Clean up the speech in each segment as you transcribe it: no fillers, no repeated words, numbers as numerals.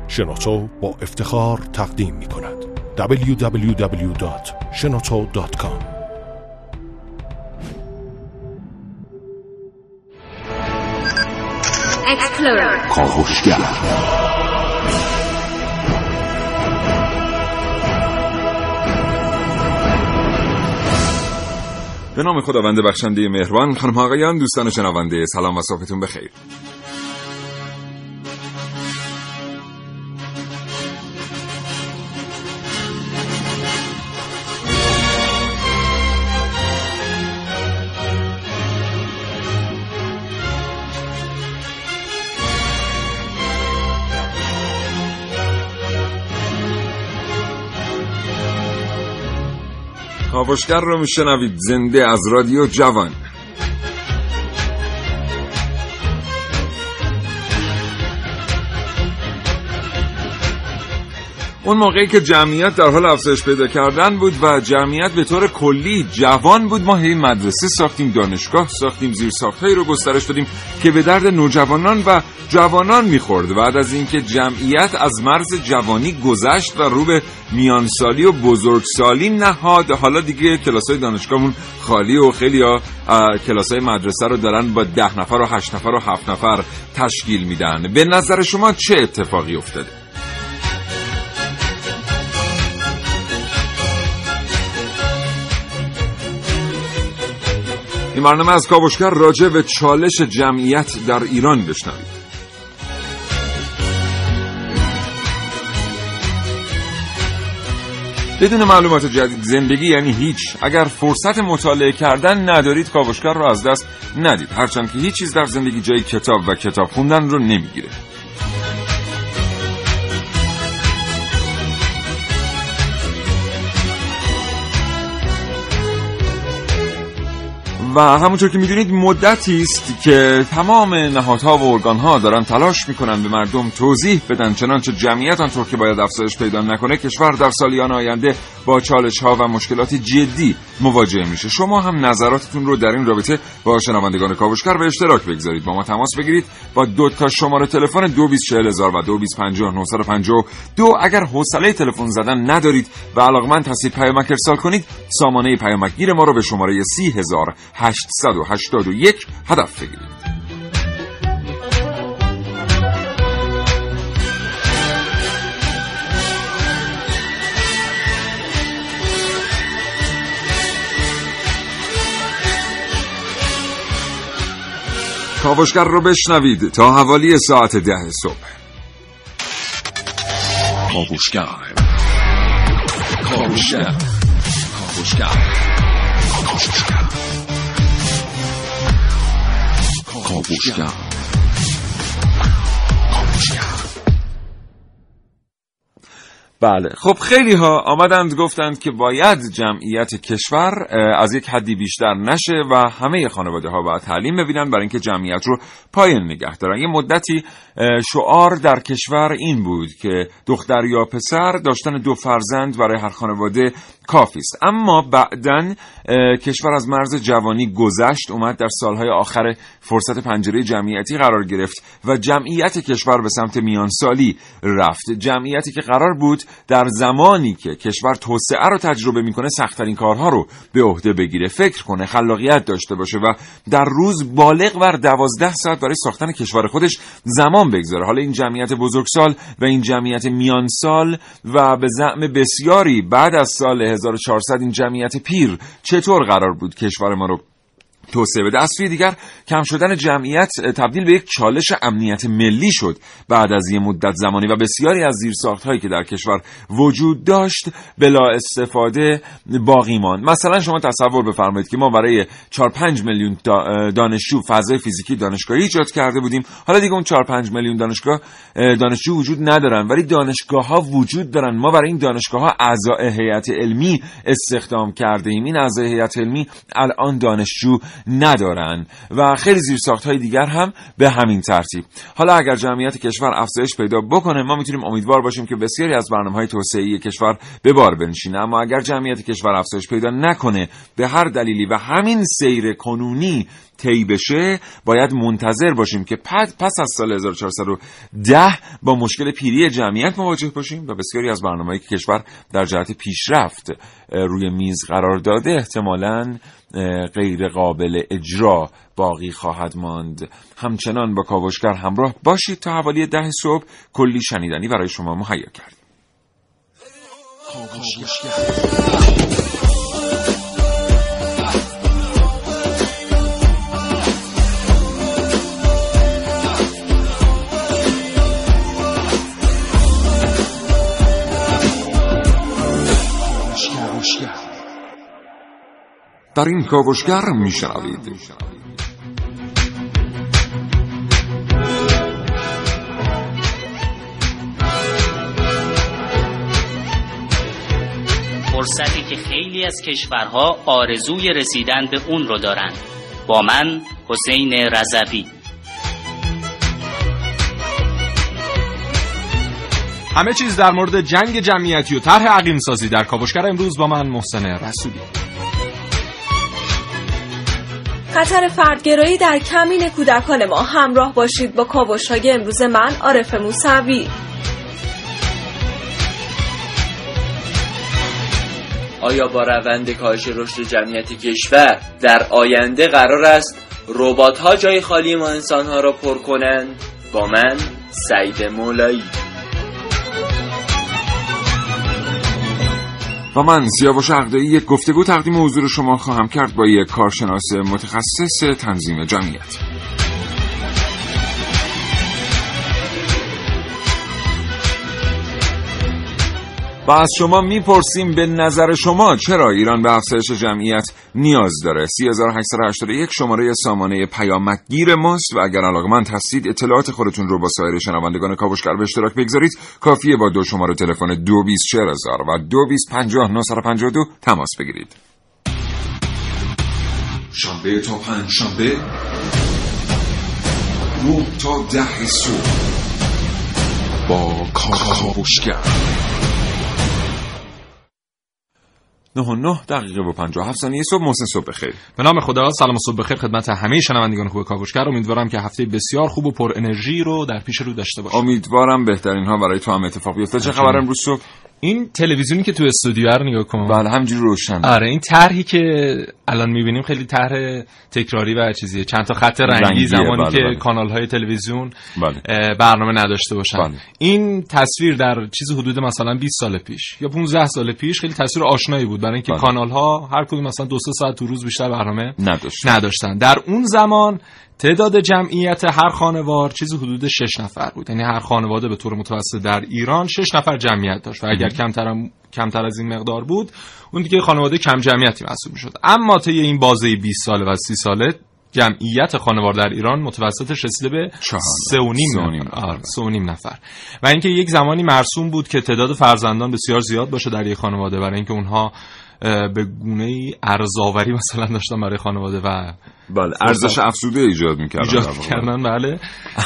شنوتو با افتخار تقدیم می کند. www.shenoto.com. کاوشگر. به نام خداوند بخشنده مهربان. خانم آقایان، دوستان شنونده، سلام و صبحتون بخیر. کاوشگر رو میشنوید زنده از رادیو جوان. اون موقعی که جمعیت در حال افزایش پیدا کردن بود و جمعیت به طور کلی جوان بود، ما هی مدرسه ساختیم، دانشگاه ساختیم، زیرساخت‌هایی رو گسترش دادیم که به درد نوجوانان و جوانان می‌خورد. بعد از اینکه جمعیت از مرز جوانی گذشت و رو به میانسالی و بزرگسالی نهاد، حالا دیگه کلاس‌های دانشگاهمون خالی و خیلی‌ها کلاس‌های مدرسه رو دارن با 10 نفر و 8 نفر و 7 نفر تشکیل میدن. به نظر شما چه اتفاقی افتاده؟ این برنامه از کاوشگر راجع به چالش جمعیت در ایران بشنوید. بدون معلومات جدید زندگی یعنی هیچ. اگر فرصت مطالعه کردن ندارید، کاوشگر رو از دست ندید، هرچند که هیچ چیز در زندگی جای کتاب و کتاب خوندن رو نمیگیره. و همونطور که میدونید مدتی است که تمام نهادها و ارگانها دارن تلاش میکنن به مردم توضیح بدن، چنانچه جمعیت آنطور که باید افزایش پیدا نکنه، کشور در سالیان آینده با چالش‌ها و مشکلات جدی مواجه میشه. شما هم نظراتتون رو در این رابطه با شنوندگان کاوشگر به اشتراک بگذارید. با ما تماس بگیرید با 2 تا شماره تلفن 224000 و 2250 اگر حوصله تلفن زدن ندارید و علاقمند هستید پیامک ارسال کنید، سامانه پیامکگیر ما رو به شماره 30881 هدف بگیرید. کاوشگر رو بشنوید تا حوالی ساعت 10 صبح. کاوشگر. کاوشگر. کاوشگر. کاوشگر. بله، خب خیلی ها آمدند گفتند که باید جمعیت کشور از یک حدی بیشتر نشه و همه خانواده ها باید تعلیم ببینن برای اینکه جمعیت رو پایین نگه دارن. یه مدتی شعار در کشور این بود که دختر یا پسر داشتن 2 فرزند برای هر خانواده کافی است. اما بعدن کشور از مرز جوانی گذشت، اومد در سالهای آخر فرصت پنجره جمعیتی قرار گرفت و جمعیت کشور به سمت میانسالی رفت. جمعیتی که قرار بود در زمانی که کشور توسعه رو تجربه میکنه سخت‌ترین کارها رو به عهده بگیره، فکر کنه، خلاقیت داشته باشه و در روز بالغ بر 12 ساعت برای ساختن کشور خودش زمان بگذاره. حالا این جمعیت بزرگسال و این جمعیت میانسال و به زعم بسیاری بعد از سال 1400 این جمعیت پیر چطور قرار بود کشور ما رو توسعه بده؟ از سوی دیگر کم شدن جمعیت تبدیل به یک چالش امنیت ملی شد بعد از یک مدت زمانی و بسیاری از زیرساخت‌هایی که در کشور وجود داشت بلا استفاده باقی ماند. مثلا شما تصور بفرمایید که ما برای 4-5 میلیون دانشجو فضای فیزیکی دانشگاهی ایجاد کرده بودیم. حالا دیگه اون 4-5 میلیون دانشجو وجود ندارن، ولی دانشگاه‌ها وجود دارن. ما برای این دانشگاه‌ها اعضای هیئت علمی استخدام کرده ایم. این اعضای هیئت علمی الان دانشجو ندارن و خیلی زیرساخت‌های دیگر هم به همین ترتیب. حالا اگر جمعیت کشور افزایش پیدا بکنه ما میتونیم امیدوار باشیم که بسیاری از برنامه‌های توسعه‌ای کشور به بار بنشینه، اما اگر جمعیت کشور افزایش پیدا نکنه به هر دلیلی و همین سیر کنونی طی بشه، باید منتظر باشیم که پس از سال 1410 با مشکل پیری جمعیت مواجه باشیم و بسیاری از برنامه‌ای که کشور در جهت پیشرفت روی میز قرار داده احتمالاً غیر قابل اجرا باقی خواهد ماند. همچنان با کاوشگر همراه باشید تا حوالی 10 صبح کلی شنیدنی برای شما مهیا کردیم. در این کاوشگر میشنوید فرصتی که خیلی از کشورها آرزوی رسیدن به اون رو دارن. با من حسین رضوی. همه چیز در مورد جنگ جمعیتی و طرح عقیم سازی در کاوشگر امروز با من محسن رسولی. خطر فردگرایی در کمین کودکان ما. همراه باشید با کاوش‌های امروز من عارف موسوی. آیا با روند کاهش رشد جمعیت کشور در آینده قرار است ربات‌ها جای خالی ما انسان‌ها را پر کنند؟ با من سعید مولایی. و من سیاوش عقدایی یک گفتگو تقدیم حضور شما خواهم کرد با یک کارشناس متخصص تنظیم جمعیت. و از شما میپرسیم به نظر شما چرا ایران به افزایش جمعیت نیاز داره؟ 3881 شماره سامانه پیامکگیر ماست و اگر علاقه‌مند هستید اطلاعات خودتون رو با سایر شنوندگان کاوشگر به اشتراک بگذارید. کافیه با 2 شماره تلفن 224000 و 225952 تماس بگیرید. شنبه تا پنجشنبه 9 تا 10 صبح با کاوشگر. 9:09 و 57 ثانیه صبح. محسن صبح بخیر. به نام خدا. سلام و صبح بخیر خدمت همه شنوندگان خوب کاوشگر. امیدوارم که هفته بسیار خوب و پر انرژی رو در پیش رو داشته باشید. امیدوارم بهترین ها برای تو هم اتفاق بیفته. چه خبر امروز صبح؟ این تلویزیونی که تو استودیو رو نگاه کن. بله همینجوری روشن. آره این طرحی که الان می‌بینیم خیلی طرح تکراری و چیزیه. چند تا خط رنگی زمانی بله، که بله. کانال‌های تلویزیون بله. برنامه نداشته باشن. بله. این تصویر در چیز حدود مثلا 20 سال پیش یا 15 سال پیش خیلی تصویر آشنایی بود، برای اینکه بله. کانال‌ها هر کدوم مثلا 2-3 ساعت تو روز بیشتر برنامه نداشتن. در اون زمان تعداد جمعیت هر خانوار چیز حدود 6 نفر بود، یعنی هر خانواده به طور متوسط در ایران 6 نفر جمعیت داشت و اگر کمتر از این مقدار بود اون دیگه خانواده کم جمعیتی محسوب میشد. اما طی این بازه 20 ساله و 30 ساله جمعیت خانوار در ایران متوسطش رسیده به 3.5 نفر و اینکه یک زمانی مرسوم بود که تعداد فرزندان بسیار زیاد باشه در یک خانواده، برای اینکه اونها به گونه‌ای ارزآوری مثلا داشتن برای خانواده و بله ارزش افزوده ایجاد می‌کردن. بله.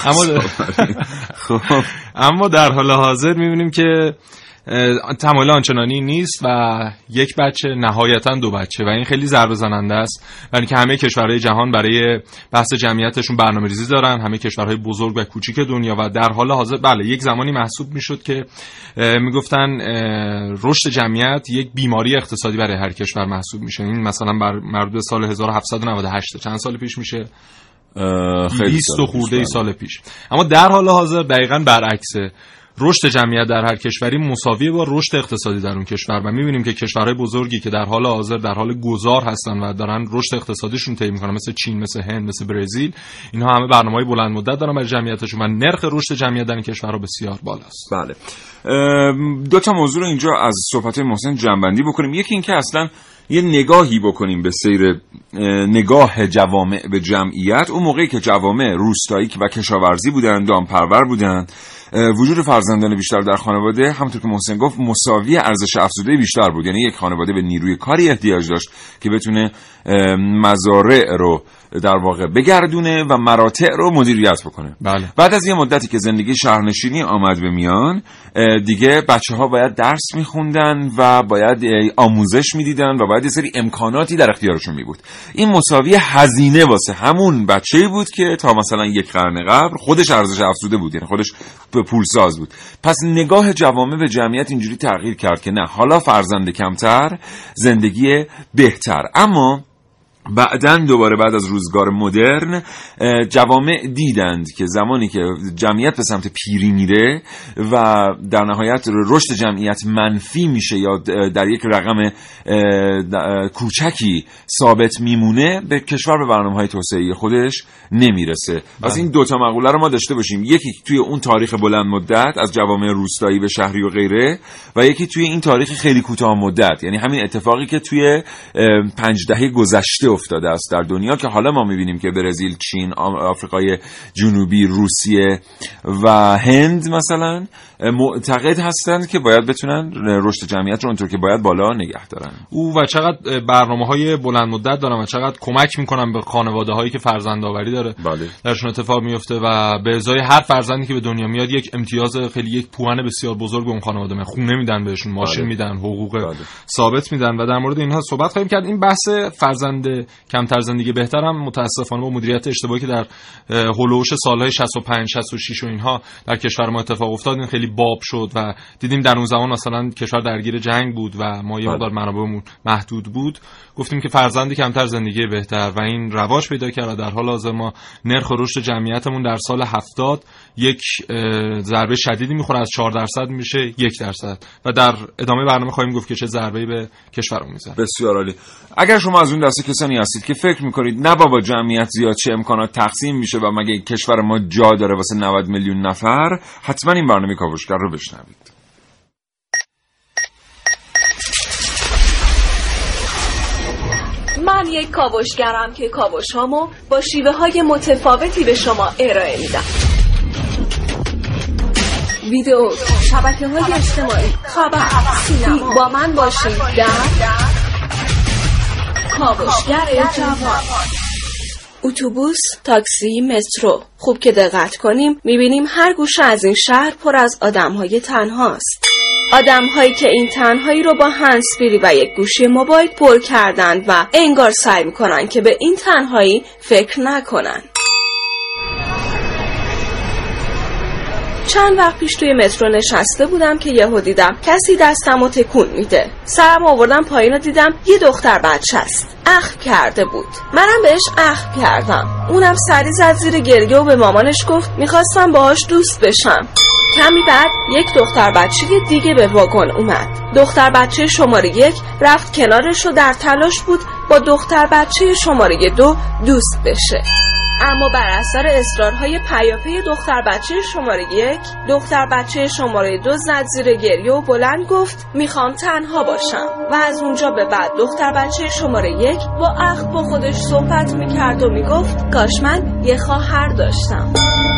اما در حال حاضر می‌بینیم که تمایل آنچنانی نیست و یک بچه نهایتاً 2 بچه و این خیلی ضربه زننده است، برای اینکه همه کشورهای جهان برای بحث جمعیتشون برنامه‌ریزی دارن، همه کشورهای بزرگ و کوچیک دنیا، و در حال حاضر بله یک زمانی محسوب میشد که میگفتن رشد جمعیت یک بیماری اقتصادی برای هر کشور محسوب میشه. این مثلا مربوط به سال 1798 چند سال پیش میشه، 20 خورده سال پیش. اما در حال حاضر دقیقاً برعکسه، رشد جمعیت در هر کشوری مساویه با رشد اقتصادی در اون کشور و می‌بینیم که کشورهای بزرگی که در حال حاضر در حال گذار هستن و دارن رشد اقتصادیشون طی می‌کنن، مثل چین، مثل هند، مثل برزیل، اینها همه برنامه‌های بلند مدت دارن برای جمعیتشون و نرخ رشد جمعیت در این کشورها بسیار بالاست. بله. 2 تا موضوع رو اینجا از صحبت محسن جمع‌بندی بکنیم. یکی این که اصلا یه نگاهی بکنیم به سیر نگاه جوامع به جمعیت. اون موقعی که جوامع روستایی و کشاورزی بودن، دامپرور بودن، وجود فرزندان بیشتر در خانواده همونطور که محسن گفت مساوی ارزش افزوده بیشتر بود. یعنی یک خانواده به نیروی کاری احتیاج داشت که بتونه مزارع رو در واقع بگردونه و مراتع رو مدیریت بکنه. بله. بعد از یه مدتی که زندگی شهرنشینی آمد به میان، دیگه بچه‌ها باید درس می‌خوندن و باید آموزش می‌دیدن و باید یه سری امکاناتی در اختیارشون می بود. این مساوی هزینه واسه همون بچه‌ای بود که تا مثلا یک قرن قبل خودش ارزش افزوده بود، یعنی خودش پولساز بود. پس نگاه جوامع به جمعیت اینجوری تغییر کرد که نه، حالا فرزند کمتر زندگی بهتر. اما بعدن دوباره بعد از روزگار مدرن جوامع دیدند که زمانی که جمعیت به سمت پیری میره و در نهایت رشد جمعیت منفی میشه یا در یک رقم کوچکی ثابت میمونه، به کشور به برنامه‌های توسعه‌ای خودش نمیرسه. پس این دوتا مقوله رو ما داشته باشیم، یکی توی اون تاریخ بلند مدت از جوامع روستایی به شهری و غیره و یکی توی این تاریخ خیلی کوتاه مدت، یعنی همین اتفاقی که توی 5 دهه گذشته افتاده است در دنیا که حالا ما میبینیم که برزیل، چین، آفریقای جنوبی، روسیه و هند مثلا معتقد هستند که باید بتونن رشد جمعیت رو اونطور که باید بالا نگه دارن. و چقدر برنامه‌های بلند مدت دارن و چقدر کمک میکنن به خانواده‌هایی که فرزندآوری داره درشون اتفاق میفته و به ازای هر فرزندی که به دنیا میاد یک امتیاز خیلی، یک پوان بسیار بزرگ به اون خانواده میدن. خونه میدن بهشون، ماشین میدن، حقوق ثابت میدن و در مورد اینها صحبت خواهیم کرد. این بحث فرزند کمتر زندگی بهتر هم متاسفانه با مدیریت اشتباهی که در هولوش سالهای 65 66 و اینها در کشور ما اتفاق افتاد این خیلی باب شد و دیدیم در اون زمان مثلا کشور درگیر جنگ بود و ما یه مقدار منابعمون محدود بود، گفتیم که فرزند کمتر زندگی بهتر و این رواج پیدا کرد. در حال حاضر ما نرخ رشد جمعیتمون در سال 70 یک ضربه شدیدی میخوره، از 4% میشه 1% و در ادامه برنامه خواهیم گفت که چه ضربه‌ای به کشورمون میزنه. بسیار عالی. اگر شما از اون دسته کسانی هستید که فکر میکنید نه بابا جمعیت زیاد چه امکانات تقسیم میشه و مگه کشور ما جا داره واسه 90 میلیون نفر، حتما این برنامه کاوشگر رو بشنوید. من یک کاوشگرم که کاوش‌هامو با شیوه‌های متفاوتی به شما ارائه میدم. ویدیو، شبکه‌های اجتماعی، خبر، سینما. با من باشید در کاوشگر جوان. اتوبوس، تاکسی، مترو. خوب که دقت کنیم میبینیم هر گوشه از این شهر پر از آدم‌های تنهاست. آدم‌هایی که این تنهایی رو با هندزفری و یک گوشی موبایل پر کردند و انگار سعی میکنن که به این تنهایی فکر نکنن. چند وقت پیش توی مترو نشسته بودم که یهو دیدم کسی دستمو تکون میده. سرم آوردم پایین و دیدم یه دختر بچه است. اخم کرده بود. منم بهش اخم کردم. اونم سری زد زیر گریه و به مامانش گفت میخواستم باهاش دوست بشم. کمی بعد یک دختر بچه دیگه به واگن اومد. دختر بچه شماره 1 رفت کنارش و در تلاش بود با دختر بچه شماره 2 دوست بشه. اما بر اثر اصرارهای پیاپی دختر بچه شماره 1، دختر بچه شماره 2 زد زیر گریه و بلند گفت میخوام تنها باشم و از اونجا به بعد دختر بچه شماره 1 با اخم با خودش صحبت میکرد و میگفت کاش من یه خواهر داشتم.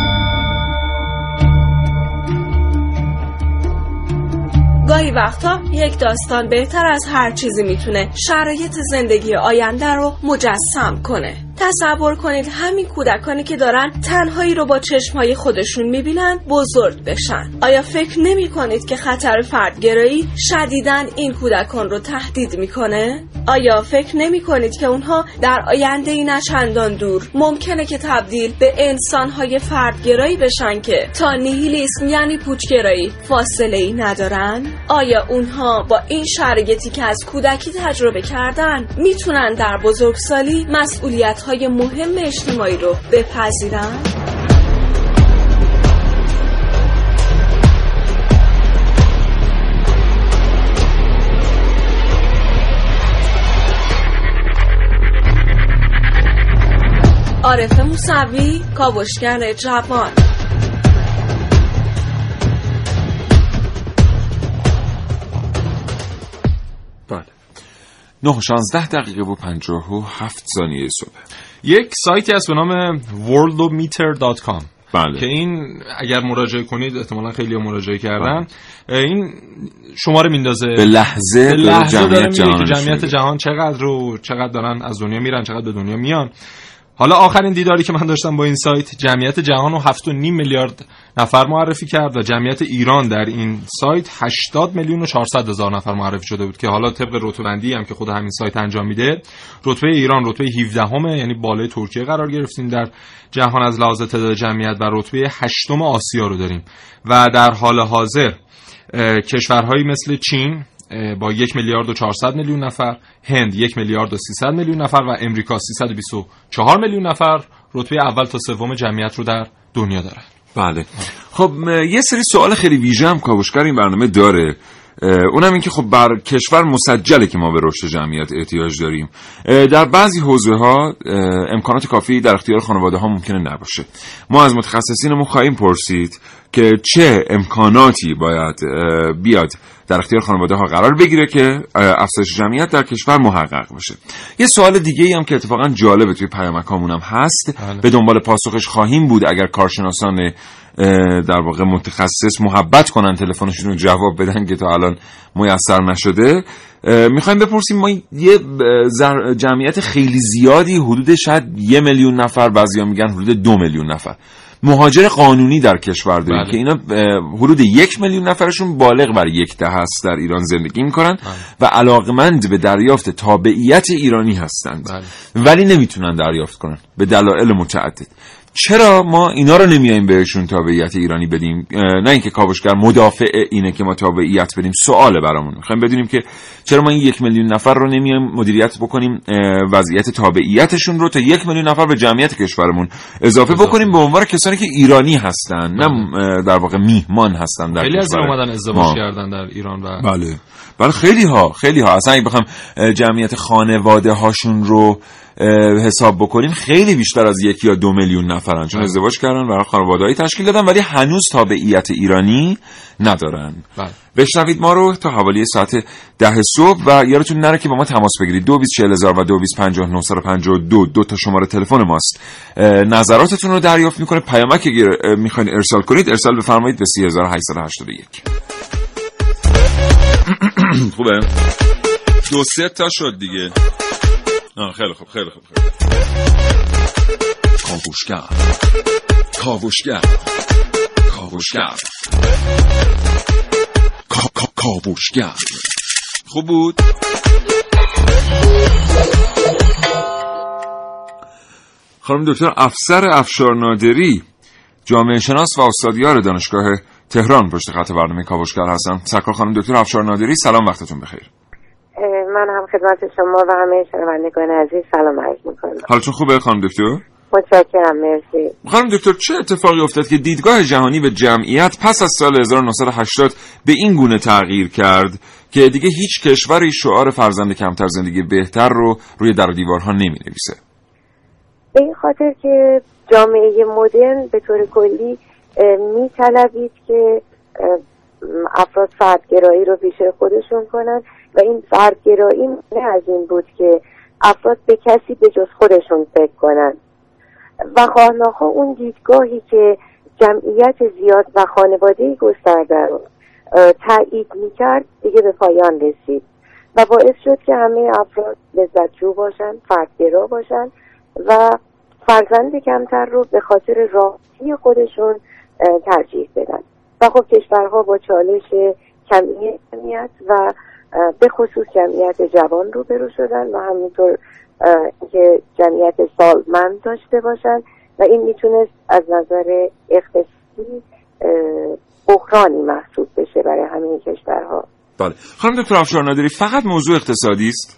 گاهی وقتا یک داستان بهتر از هر چیزی میتونه شرایط زندگی آینده رو مجسم کنه. تصور کنید همین کودکانی که دارن تنهایی رو با چشمهای خودشون میبینن بزرگ بشن. آیا فکر نمی کنید که خطر فردگرایی شدیداً این کودکان رو تهدید میکنه؟ آیا فکر نمی کنید که اونها در آینده‌ای نه چندان دور ممکنه که تبدیل به انسانهای فردگرایی بشن که تا نیهیلیسم یعنی پوچگرایی فاصله‌ای ندارن؟ آیا اونها با این شرایطی که از کودکی تجربه کردن میتونن در بزرگسالی مسئولیت‌های مهم اجتماعی رو بپذیرن؟ عارف موسوی، کاوشگر جوان. بله 9:16 و 57 ثانیه صبح. یک سایتی هست به نام worldometer.com بله. که این اگر مراجعه کنید احتمالاً خیلی مراجعه کردن، این شماره میندازه به لحظه جمعیت جهان چقدر دارن از دنیا میرن، چقدر به دنیا میان. حالا آخرین دیداری که من داشتم با این سایت جمعیت جهان رو 7.5 میلیارد نفر معرفی کرد و جمعیت ایران در این سایت 80,400,000 نفر معرفی شده بود که حالا طبق رتبه‌بندی هم که خود همین سایت انجام میده، رتبه ایران رتبه 17 یعنی بالای ترکیه قرار گرفتیم در جهان از لحاظ تعداد جمعیت و رتبه 8 آسیا رو داریم و در حال حاضر کشورهایی مثل چین با 1,400,000,000 نفر، هند 1,300,000,000 نفر و امریکا 324,000,000 نفر رتبه اول تا سوم جمعیت رو در دنیا دارن. بله. خب یه سری سوال خیلی ویژه هم کاوشگر این برنامه داره، اونم این که خب بر کشور مسجله که ما به رشد جمعیت احتیاج داریم. در بعضی حوزه‌ها امکانات کافی در اختیار خانواده‌ها ممکنه نباشه. ما از متخصصینمون خواهیم پرسید که چه امکاناتی باید بیاد در اختیار خانواده‌ها قرار بگیره که افزایش جمعیت در کشور محقق بشه. یه سوال دیگه‌ای هم که اتفاقا جالبه توی پیامکامون هم هست، به دنبال پاسخش خواهیم بود اگر کارشناسان در واقع متخصص محبت کنن تلفنشون رو جواب بدن که تا الان میسر نشده. میخوایم بپرسیم، ما یه جمعیت خیلی زیادی حدود شاید 1,000,000 نفر، بعضیا میگن حدود 2,000,000 نفر مهاجر قانونی در کشور داریم که اینا حدود 1,000,000 نفرشون بالغ بر 10 هست در ایران زندگی میکنن و علاقمند به دریافت تابعیت ایرانی هستند ولی نمیتونن دریافت کنن به دلایل متعدد. چرا ما اینا رو نمیایم بهشون تابعیت ایرانی بدیم؟ نه اینکه کاوشگر مدافع اینه که ما تابعیت بدیم، سواله برامون. میخوایم بدونیم که چرا ما این 1,000,000 نفر رو نمیایم مدیریت بکنیم، وضعیت تابعیتشون رو تا 1,000,000 نفر به جمعیت کشورمون اضافه بکنیم به عنوان کسانی که ایرانی هستن، نه در واقع میهمان هستن در خیلی کشور. خیلی از اومدن ازدواج کردن در ایران و بله خیلی ها اصلا اگه بخوام جمعیت خانواده هاشون رو حساب بکنیم خیلی بیشتر از 1 یا 2,000,000 نفرن، چون ازدواج کردن و خانواده‌ای تشکیل دادن ولی هنوز تابعیت ایرانی ندارن. بشنوید ما رو تا حوالی ساعت 10 صبح و یادتون نره که با ما تماس بگیرید. 224000 و 225952 دو تا شماره تلفن ماست. نظراتتون رو دریافت میکنه. پیامک میخواین ارسال کنید ارسال بفرمایید به 3881. خوبه؟ 2-3 تا شد دیگه. خیلی خوب. کاوشگر خوب بود. خانم دکتر افسر افشارنادری، جامعه شناس و استادیار دانشگاه تهران پشت خط برنامه کاوشگر هستن. سرکار خانم دکتر افشارنادری، سلام، وقتتون بخیر. من هم خدمت شما و همه شنوندگان عزیز سلام عرض می‌کنم. حالتون خوبه خانم دکتر؟ متشکرم، مرسی. خانم دکتر، چه اتفاقی افتاد که دیدگاه جهانی به جمعیت پس از سال 1980 به این گونه تغییر کرد که دیگه هیچ کشوری شعار فرزند کمتر زندگی بهتر رو روی در و دیوارها نمی‌نویسه؟ به این خاطر که جامعه مدرن به طور کلی می‌طلبید که افراد فردگرایی رو پیش خودشون کنن و این فردگرایی نه از این بود که افراد به کسی به جز خودشون فکر کنن و خواهناخواه اون دیدگاهی که جمعیت زیاد و خانواده‌ای گسترده رو تایید میکرد دیگه به پایان رسید و باعث شد که همه افراد لذتجو باشن، فردگرا باشن و فرزند کمتر رو به خاطر راحتی خودشون ترجیح بدن و خب کشورها با چالش کمی جمعیت و به خصوص جمعیت جوان روبرو شدن و همینطور که جمعیت سالمند داشته باشن و این میتونست از نظر اقتصادی بحرانی محسوب بشه برای همین کشورها. بله. خانم دکتر افشارنادری، فقط موضوع اقتصادی است؟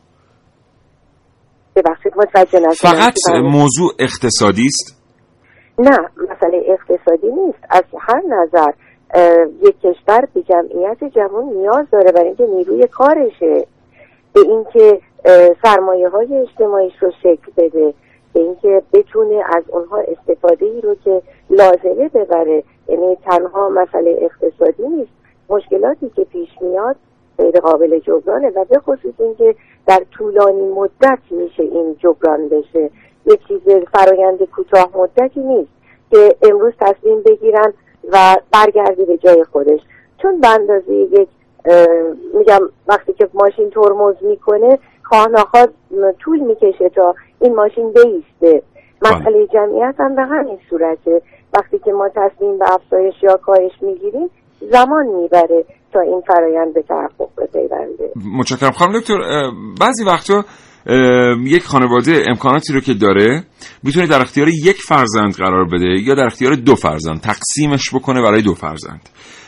ببخشید متوجه نشدم. فقط موضوع اقتصادی است؟ نه، مسئله اقتصادی نیست. از هر نظر یک کشور به جمعیت جوان نیاز داره برای اینکه نیروی کارشه، به اینکه سرمایه‌های اجتماعیش رو شکل بده، به اینکه بتونه از اونها استفاده‌ای رو که لازمه ببره. یعنی تنها مسئله اقتصادی نیست، مشکلاتی که پیش میاد غیر قابل جبرانه و به خصوص اینکه در طولانی مدت میشه این جبران بشه، یک چیز فرآیند کوتاه مدتی نیست. که امروز تصمیم بگیرن و برگرده به جای خودش. چون به اندازه یک میگم وقتی که ماشین ترمز میکنه خواه نخواه طول میکشه تا این ماشین بیسته. مسئله جمعیت هم به همین صورته. وقتی که ما تصمیم به افزایش یا کاهش میگیریم زمان میبره تا این فرایند به تحقق بپیونده. متشکرم خانم دکتر. بعضی وقتا یک خانواده امکاناتی رو که داره میتونه در اختیار یک فرزند قرار بده یا در اختیار 2 فرزند تقسیمش بکنه برای 2 فرزند.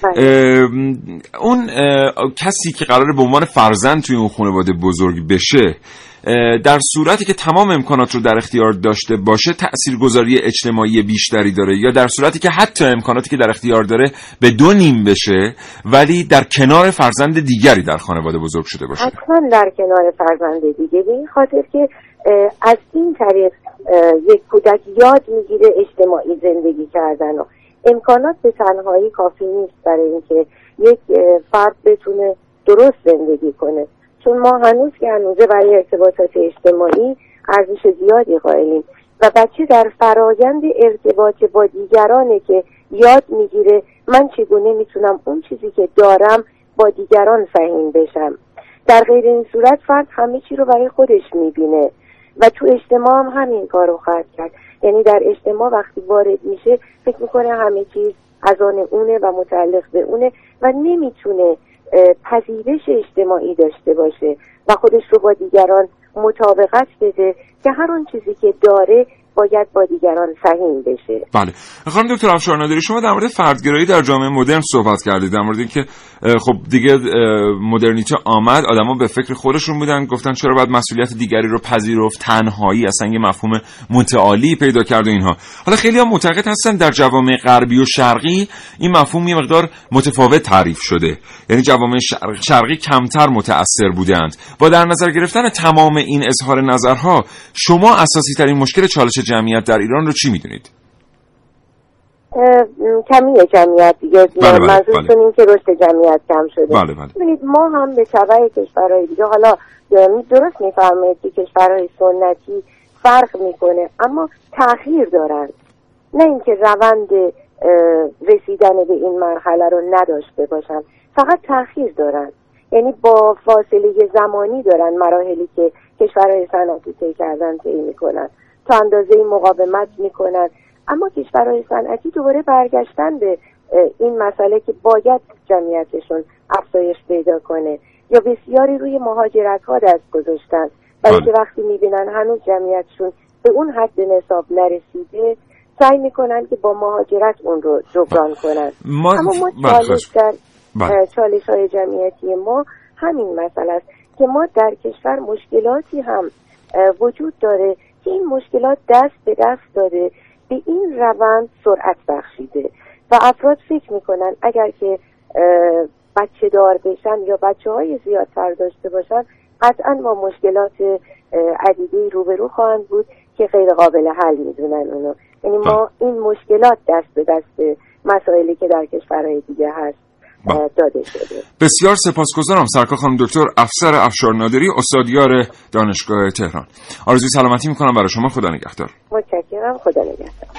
اون کسی که قراره به عنوان فرزند توی اون خانواده بزرگ بشه در صورتی که تمام امکانات رو در اختیار داشته باشه تأثیرگذاری اجتماعی بیشتری داره، یا در صورتی که حتی امکاناتی که در اختیار داره به 2 نیم بشه ولی در کنار فرزند دیگری در خانواده بزرگ شده باشه؟ حتما در کنار فرزند دیگه، به این خاطر که از این طریق یک کودک یاد میگیره اجتماعی زندگی کردن و امکانات به تنهایی کافی نیست برای اینکه یک فرد بتونه درست زندگی کنه. چون ما هنوز که هنوزه برای ارتباطات اجتماعی ارزش زیادی قائلیم و بچه در فرایند ارتباط با دیگرانه که یاد میگیره من چگونه میتونم اون چیزی که دارم با دیگران سهیم بشم. در غیر این صورت فرد همه چی رو برای خودش میبینه و تو اجتماع هم همین کار رو خواهد کرد. یعنی در اجتماع وقتی وارد میشه فکر میکنه همه چیز از آن اونه و متعلق به اونه و نمیتونه پذیرش اجتماعی داشته باشه و خودش رو با دیگران مطابقت بده که هر اون چیزی که داره باید با دیگران سهیم بشه. بله. خانم دکتر افشارنادری، شما در مورد فردگرایی در جامعه مدرن صحبت کردید، در مورد اینکه خب دیگه مدرنیته آمد، آدما به فکر خودشون بودن، گفتن چرا باید مسئولیت دیگری رو پذیرفت، تنهایی اصلا یه مفهوم متعالی پیدا کرد و اینها. حالا خیلی‌ها معتقد هستن در جوامع غربی و شرقی این مفهوم یه مقدار متفاوت تعریف شده، یعنی جوامع شرقی کمتر متأثر بودند. با در نظر گرفتن تمام این اظهار نظرها، شما اساسی ترین مشکل چالش جمعیت در ایران رو چی میدونید؟ کمی جمعیت دیگه. منظورتون این که رشد جمعیت کم شده. ببینید ما هم به تبع کشورهای دیگه، حالا درست میفرمایید که کشورهای سنتی فرق میکنه اما تأخیر دارن، نه اینکه روند رسیدن به این مرحله رو نداشته باشن، فقط تأخیر دارن. یعنی با فاصله زمانی دارن مراحلی که کشورهای صنعتی طی کردن طی میکنن، تا اندازه مقاومت میکنن، اما کشورهای صنعتی دوباره برگشتن به این مسئله که باید جمعیتشون افزایش پیدا کنه، یا بسیاری روی مهاجرت ها دست گذاشتن برای که وقتی میبینن هنوز جمعیتشون به اون حد نصاب نرسیده سعی میکنن که با مهاجرت اون رو جبران کنن. اما ما چالش های جمعیتی ما همین مسئله است که ما در کشور مشکلاتی هم وجود داره که این مشکلات دست به دست داده به این روند سرعت بخشیده و افراد فکر میکنن اگر که بچه دار بشن یا بچه های زیادتر داشته باشن قطعا با مشکلات عدیدی روبرو خواهند بود که غیر قابل حل میدونن اونو. یعنی ما این مشکلات دست به دست مسائلی که در کشورهای دیگه هست داده شده. بسیار سپاسگزارم سرکار خانم دکتر افسر افشارنادری، استادیار دانشگاه تهران. آرزوی سلامتی میکنم برای شما. خدا نگهدار. متشکرم. خدا نگهدار.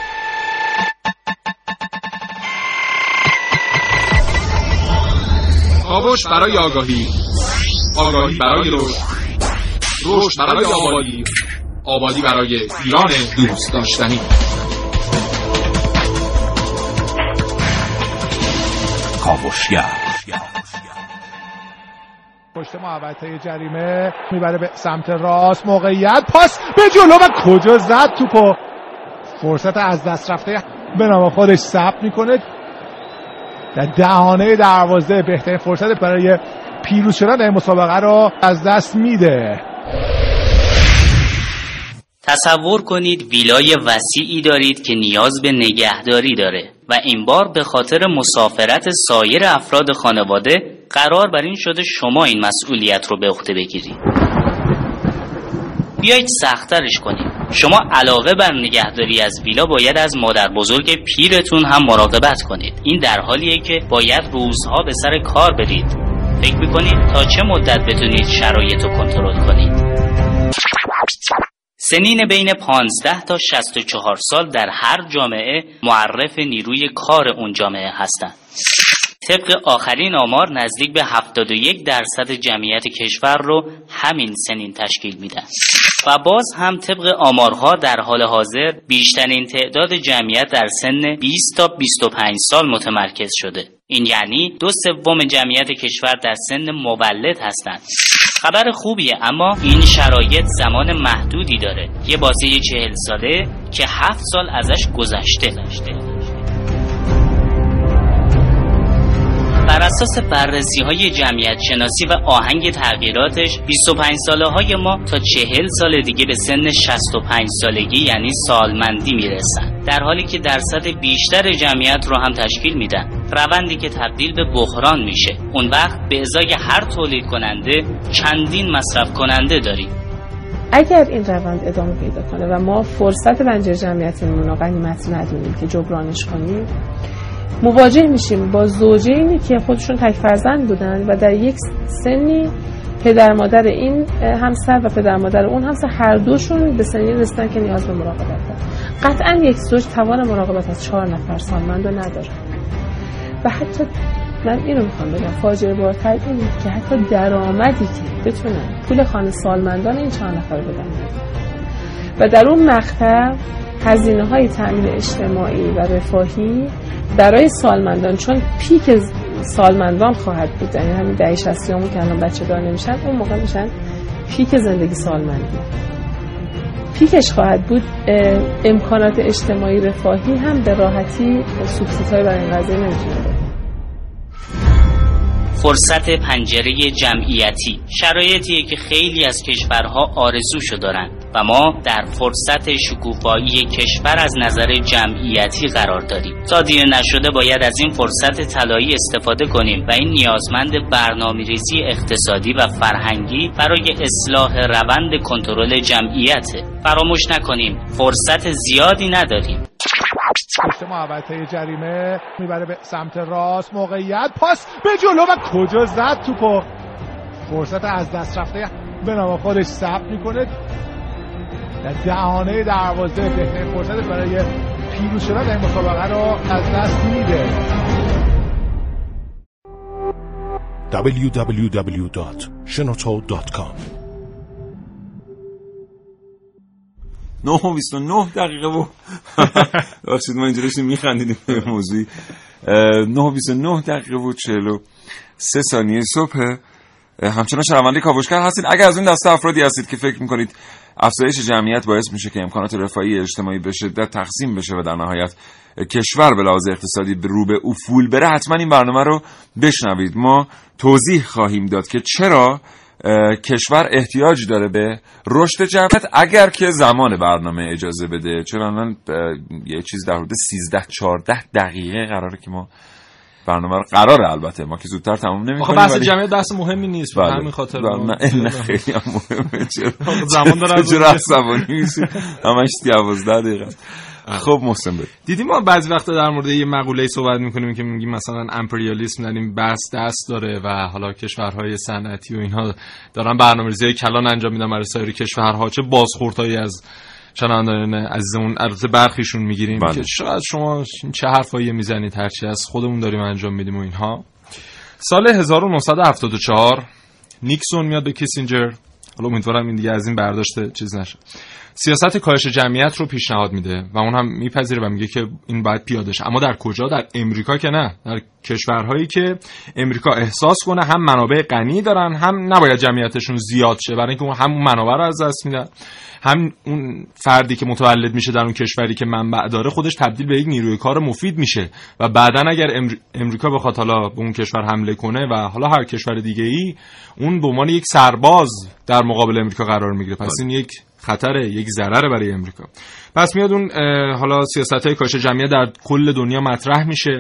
کاوش برای آگاهی، آگاهی برای رشد، رشد برای آبادی، آبادی برای ایران دوست داشتنی. کاوشگر. پشت محوطه جریمه میبره به سمت راست، موقعیت پاس به جلو و کجا زد توپو، فرصت از دست رفته به نام خودش ثبت میکنه در دهانه دروازه. بهترین فرصت برای پیروز شدن این مسابقه رو از دست میده. تصور کنید ویلای وسیعی دارید که نیاز به نگهداری داره و این بار به خاطر مسافرت سایر افراد خانواده قرار بر این شده شما این مسئولیت رو به عهده بگیرید. بیایید سخت‌ترش کنید. شما علاوه بر نگهداری از ویلا باید از مادر بزرگ پیرتون هم مراقبت کنید. این در حالیه که باید روزها به سر کار برید. فکر می‌کنید تا چه مدت بتونید شرایط رو کنترل کنید؟ سنین بین 15 تا 64 سال در هر جامعه معرف نیروی کار اون جامعه هستند. طبق آخرین آمار نزدیک به 71% جمعیت کشور رو همین سنین تشکیل میدن و باز هم طبق آمارها در حال حاضر بیشترین تعداد جمعیت در سن 20 تا 25 سال متمرکز شده. این یعنی 2/3 جمعیت کشور در سن مولد هستند. خبر خوبیه، اما این شرایط زمان محدودی داره. یه بازه 40 ساله که 7 سال ازش گذشته. بر اساس بررسی‌های جمعیت شناسی و آهنگ تغییراتش 25 ساله‌های ما تا 40 سال دیگه به سن 65 سالگی یعنی سالمندی میرسن، در حالی که درصد بیشتر جمعیت رو هم تشکیل میدن. روندی که تبدیل به بحران میشه. اون وقت به ازای هر تولید کننده چندین مصرف کننده داریم. اگر این روند ادامه پیدا کنه و ما فرصت بنجر جمعیتمون رو غنیمت ندونیم که جبرانش کنیم، مواجه میشیم با زوجینی که خودشون تک فرزند بودن و در یک سنی پدر مادر این همسر و پدر مادر اون همسر هر دوشون به سنی رسیدن که نیاز به مراقبت دارن. قطعا یک زوج توان مراقبت از 4 نفر سالمند رو نداره و حتی من اینو میخوام بگم فاجعه بارتر اینه که حتی درآمدی که بتونن پول خانه سالمندان این 4 نفر بدن و در اون مقطع هزینه‌های تامین اجتماعی و رفاهی برای سالمندان، چون پیک سالمندان خواهد بود، یعنی همین دهه 60 همون که الان بچه دار نمیشن، اون موقع میشن پیک زندگی سالمندی، پیکش خواهد بود. امکانات اجتماعی رفاهی هم به راحتی سوبسیدهای برای این قضیه نمیتونه بده. فرصت پنجره جمعیتی شرایطیه که خیلی از کشورها آرزوشو دارن و ما در فرصت شکوفایی کشور از نظر جمعیتی قرار داریم. تا دیر نشده باید از این فرصت طلایی استفاده کنیم و این نیازمند برنامه‌ریزی اقتصادی و فرهنگی برای اصلاح روند کنترل جمعیته. فراموش نکنیم فرصت زیادی نداریم. پشت محوطه جریمه میبره به سمت راست، موقعیت پاس به جلو و کجا زد توپو. فرصت از دست رفته به نام خودش ثبت میکنه در دهانه دروازه. بهترین فرصت برای پیروز شدن در این مسابقه رو از دست میده. www.shenoto.com 9:29 و باشید ما اینجا داشتیم میخندیدیم به موضوعی. 9:29 و 43 ثانیه صبح. همچنان شنونده کاوشگر هستید. اگر از اون دسته افرادی هستید که فکر میکنید افزایش جمعیت باعث میشه که امکانات رفاهی اجتماعی به شدت تقسیم بشه و در نهایت کشور به لحاظ اقتصادی رو به افول بره، حتما این برنامه رو بشنوید. ما توضیح خواهیم داد که چرا کشور احتیاج داره به رشد جمعیت اگر که زمان برنامه اجازه بده. چرا من یه چیز در حدود 13-14 دقیقه قراره که ما برنامه رو البته ما که زودتر تمام نمی‌کنیم. بحث جمعیت بحث مهمی نیست به همین خاطر نه خیلی هم مهمه. چرا زمان داره عصبانی میشی همش 12 دقیقه. خب محسن بگو. دیدیم ما بعضی وقتا در مورد یه مقوله‌ای صحبت می‌کنیم که میگیم مثلا امپریالیسم، یعنی بس دست داره و حالا کشورهای صنعتی و اینها دارن برنامه‌ریزی کلان انجام میدن برای سایر کشورها. چه بازخوردهایی از شنوندگان عزیزمون البته برخیشون میگیریم که شاید شما چه حرفایی میزنید، هرچی از خودمون داریم انجام میدیم و اینها. سال 1974 نیکسون میاد به کیسینجر، حالا امیدوارم این دیگه از این برداشت چیز نشه، سیاست کاهش جمعیت رو پیشنهاد میده و اون هم میپذیره و میگه که این باید پیاده شه. اما در کجا؟ در امریکا که نه، در کشورهایی که امریکا احساس کنه هم منابع غنی دارن هم نباید جمعیتشون زیاد شه، برای اینکه اون هم منابع رو از دست میدن، هم اون فردی که متولد میشه در اون کشوری که منبع داره خودش تبدیل به یک نیروی کار مفید میشه و بعدن اگر امریکا بخواد حالا به اون کشور حمله کنه و حالا هر کشور دیگه ای، اون به عنوان یک سرباز در مقابل امریکا قرار میگیره. پس این یک خطره، یک ضرره برای امریکا. پس میاد اون حالا سیاست‌های کاهش جمعیت در کل دنیا مطرح میشه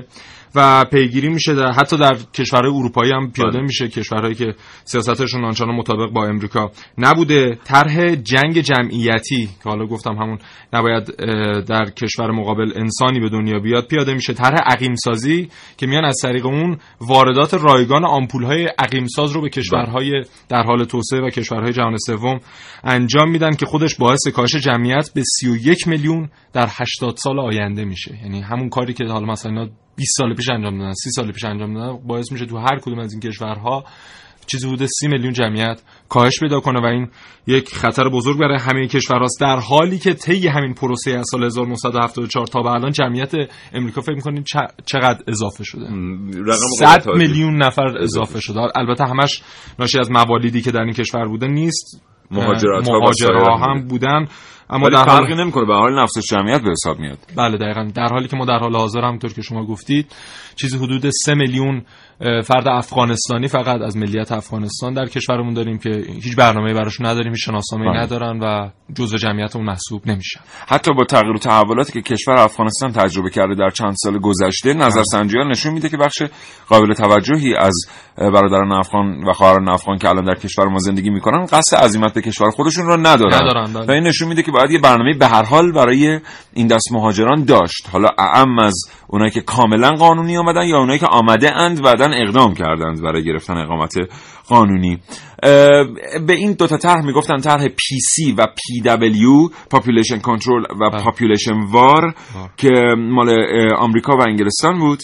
و پیگیری میشه، حتی در کشورهای اروپایی هم پیاده میشه، کشورهایی که سیاستشون آنچنان مطابق با امریکا نبوده. طرح جنگ جمعیتی که حالا گفتم همون نباید در کشور مقابل انسانی به دنیا بیاد پیاده میشه. طرح عقیم سازی که میان از طریق اون واردات رایگان آمپول‌های عقیم ساز رو به کشورهای در حال توسعه و کشورهای جهان سوم انجام میدن که خودش باعث کاهش جمعیت به 31 میلیون در 80 سال آینده میشه. یعنی همون کاری که حالا مثلا 20 سال پیش انجام دادن، 30 سال پیش انجام دادن، باعث میشه تو هر کدوم از این کشورها چیزی حدود 30 میلیون جمعیت کاهش پیدا کنه و این یک خطر بزرگ برای همه کشورهاست، در حالی که طی همین پروسه از سال 1974 تا به الان جمعیت امریکا فکر می‌کنید چقدر اضافه شده؟ 100 میلیون نفر اضافه شده. البته همش ناشی از موالیدی که در این کشور بوده نیست، مهاجرها هم بودن، اما در فرقی نمیکنه، به حال نفس جمعیت به حساب میاد. بله دقیقاً. در حالی که ما در حال حاضر همونطور که شما گفتید چیزی حدود 3 میلیون فرد افغانستانی فقط از ملیت افغانستان در کشورمون داریم که هیچ برنامه‌ای براشون نداریم، هیچ شناسنامه‌ای ندارن و جزء جمعیت اون محسوب نمیشن. حتی با تغییر و تحولاتی که کشور افغانستان تجربه کرده در چند سال گذشته، نظرسنجی‌ها نشون میده که بخش قابل توجهی از برادران افغان و خواهران افغان که الان در کشور ما زندگی میکنن قصد عزیمت به کشور خودشون رو ندارن. و این نشون میده که باید یه برنامه به هر حال برای این دست مهاجران داشت، حالا اعم از اونایی که کاملا قانونی اومدن یا اونایی که آمده اند بعدن اقدام کردند برای گرفتن اقامت قانونی. به این دو تا طرح میگفتن طرح PC و PW Population Control و Population War که مال آمریکا و انگلستان بود.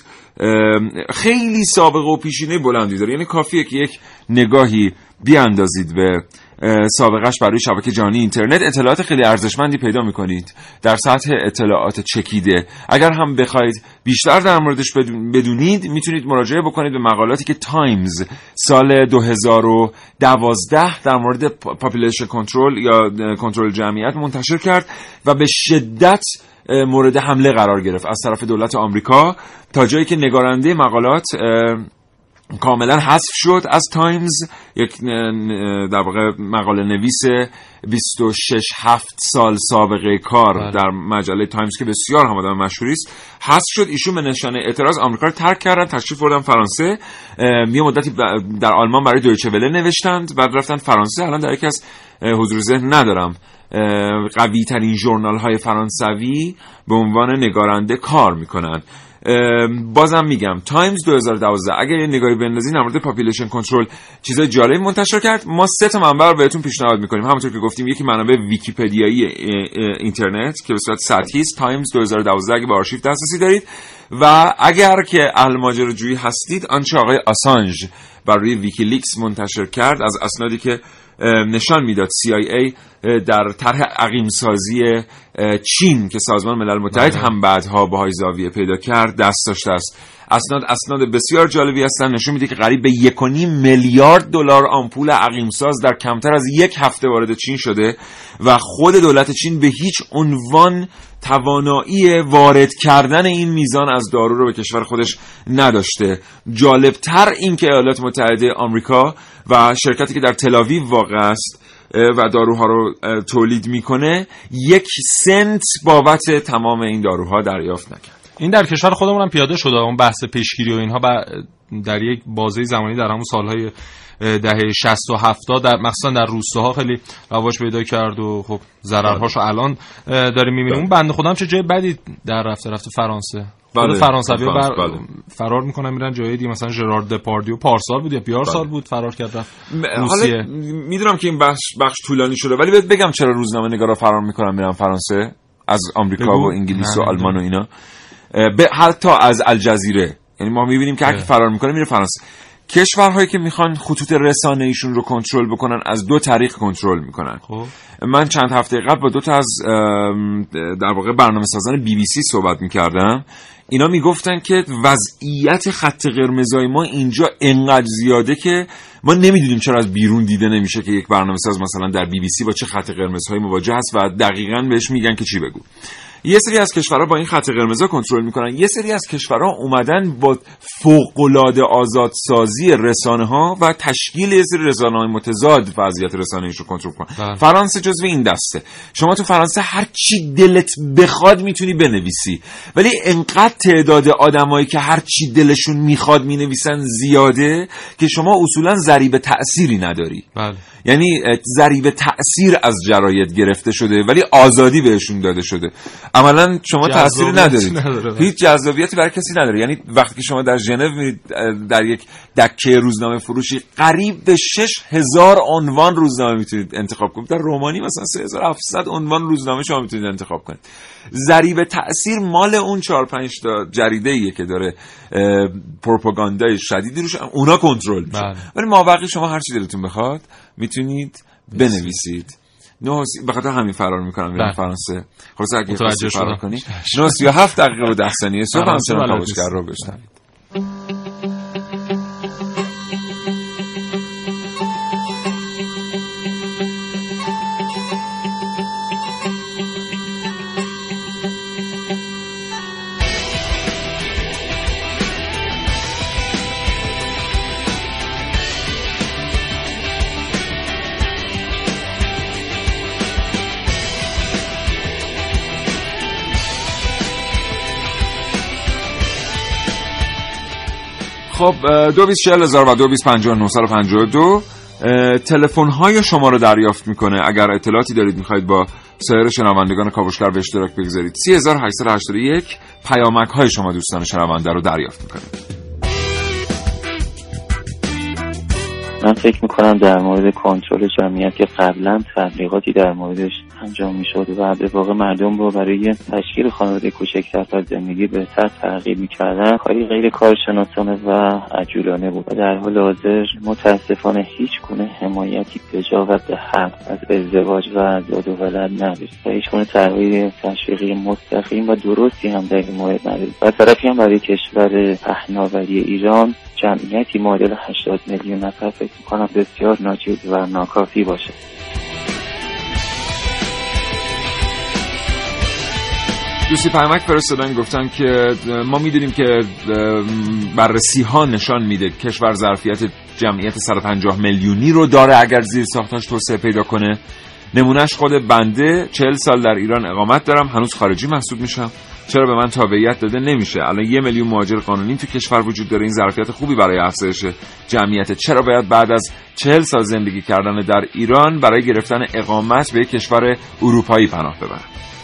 خیلی سابقه و پیشینه بلندی داره، یعنی کافیه که یک نگاهی بیاندازید به سابقهش برای شبکه جهانی اینترنت، اطلاعات خیلی ارزشمندی پیدا میکنید در سطح اطلاعات چکیده. اگر هم بخواید بیشتر در موردش بدونید میتونید مراجعه بکنید به مقالاتی که تایمز سال 2012 در مورد پاپولیشن کنترل یا کنترل جمعیت منتشر کرد و به شدت مورد حمله قرار گرفت از طرف دولت آمریکا، تا جایی که نگارنده مقالات کاملا حذف شد از تایمز. یک در واقع مقاله نویس 26-7 سال سابقه کار در مجله تایمز که بسیار هم آدم مشهوری است حذف شد. ایشون به نشانه اعتراض آمریکا رو ترک کردن، تشریف بردن فرانسه، یه مدتی در آلمان برای دویچه وله نوشتند، بعد رفتن فرانسه. الان در یکی از حضور ذهن ندارم قوی ترین ژورنال های فرانسوی به عنوان نگارنده کار میکنن. بازم میگم تایمز 2012 اگر یه نگاهی بندازین در مورد پاپولیشن کنترل چیزای جالبی منتشر کرد. ما 3 تا منبع رو بهتون پیشنهاد میکنیم، همونطور که گفتیم یکی منابع ویکی‌پدیایی اینترنت که به صورت سطحی است، تایمز 2012 اگه به آرشیو دسترسی دارید، و اگر که اهل ماجراجویی هستید آنچه آقای آسانژ بر روی ویکیلیکس منتشر کرد از اسنادی که نشان میداد CIA در طرح عقیم‌سازی چین که سازمان ملل متحد هم بعدها باهای زاویه پیدا کرد دست داشته است. اسناد بسیار جالبی هستن، نشون میده که قریب به 1.5 میلیارد دلار آمپول عقیم‌ساز در کمتر از یک هفته وارد چین شده و خود دولت چین به هیچ عنوان توانایی وارد کردن این میزان از دارو رو به کشور خودش نداشته. جالبتر این که ایالات متحده آمریکا و شرکتی که در تل‌آویو واقع است و داروها رو تولید میکنه 1 سنت بابت تمام این داروها دریافت نکرد. این در کشور خودمون هم پیاده شده، اون بحث پیشگیری و اینها در یک بازه زمانی در همون سالهای دهه 60 و 70 در مخصوصا در روستاها خیلی رواج پیدا کرد و خب ضررهاشو الان داریم می‌بینیم. اون بنده خودم چه جای بدی در رفته فرانسه. خود فرانسوی‌ها فرار میکنن میرن جای دیگه، مثلا ژرار دپاردیو پارسال بود یا پیارسال بود فرار کرد رفت روسیه. میدونم که این بخش طولانی شده ولی بهت بگم چرا روزنامه‌نگارا فرار میکنن میرن فرانسه از آمریکا و انگلیس و آلمان و اینا، حتی از الجزیره. یعنی ما میبینیم که هر کی فرار میکنه میره فرانسه. کشورهایی که میخوان خطوط رسانه ایشون رو کنترل بکنن از 2 طریق کنترل میکنن. من چند هفته قبل با 2 تا از در واقع برنامه‌سازان BBC صحبت میکردم. اینا میگفتن که وضعیت خط قرمزای ما اینجا انقدر زیاده که ما نمیدونیم چرا از بیرون دیده نمیشه که یک برنامه‌ساز مثلا در BBC با چه خط قرمزهایی مواجه است و دقیقاً بهش میگن که چی بگو. یه سری از کشورها با این خط قرمزا کنترل میکنن، یه سری از کشورها اومدن با فوق‌العاده آزادسازی رسانه‌ها و تشکیل یه سری رسانه‌های متضاد وضعیت رسانه‌ایش رو کنترل کنن. فرانسه جزو این دسته. شما تو فرانسه هر چی دلت بخواد میتونی بنویسی، ولی انقدر تعداد آدمایی که هر چی دلشون میخواد مینویسن زیاده که شما اصولا ضریب تأثیری نداری. بله. یعنی ضریب تأثیر از جراید گرفته شده ولی آزادی بهشون داده شده. عملاً شما تأثیری ندارید، هیچ جذابیتی برای کسی نداره. یعنی وقتی که شما در ژنو میرید در یک دکه روزنامه فروشی قریب به 6000 عنوان روزنامه میتونید انتخاب کنید. در رومانی مثلا 3700 عنوان روزنامه شما میتونید انتخاب کنید. ضریب تأثیر مال اون 4-5 تا جریده‌ایه که داره پروپاگاندای شدیدی روش اونا کنترل میشه. ولی مابقی شما هر چی دلتون بخواد میتونید بنویسید. به خاطر همین فرار میکنم میرم فرانسه. خلاص اگه خواستید فرار کنی 37 دقیقه و 10 ثانیه صبح همچنان کاوشگر رو بشنوید. خب 224000 و 225952 تلفن های شما رو دریافت میکنه. اگر اطلاعاتی دارید میخواید با سایر شنوندگان کاوشگر به اشتراک بگذارید 3881 پیامک های شما دوستان شنونده رو دریافت میکنه. من فکر میکنم در مورد کنترل جمعیت که قبلا تبلیغاتی در موردش انجام میشد و به واقع مردم رو برای تشکیل خانواده کوچکتر و زندگی بهتر ترغیب میکردن، کاری غیر کارشناسانه و عجولانه بود و در حال حاضر متاسفانه هیچ گونه حمایتی بجا و به حق از ازدواج و زاد و ولد نداره و هیچ گونه طرحهای تشویقی مستقیم و درستی هم در این مورد نداره. و طرفی هم برای کشور پهناوری ایران جمعیتی معادل 80 میلیون نفر فکر می‌کنم بسیار ناچیز و ناکافی باشه. دوستی پیامک فرستادن گفتن که ما میدونیم که بررسی ها نشان میده کشور ظرفیت جمعیت 150 میلیونی رو داره اگر زیر ساختاش توسعه پیدا کنه. نمونهش خود بنده 40 سال در ایران اقامت دارم، هنوز خارجی محسوب میشم. چرا به من تابعیت داده نمیشه؟ الان 1 میلیون مهاجر قانونی تو کشور وجود داره، این ظرفیت خوبی برای افزایش جمعیت. چرا باید بعد از 40 سال زندگی کردن در ایران برای گرفتن اقامت به یک کشور اروپایی پناه ببرم؟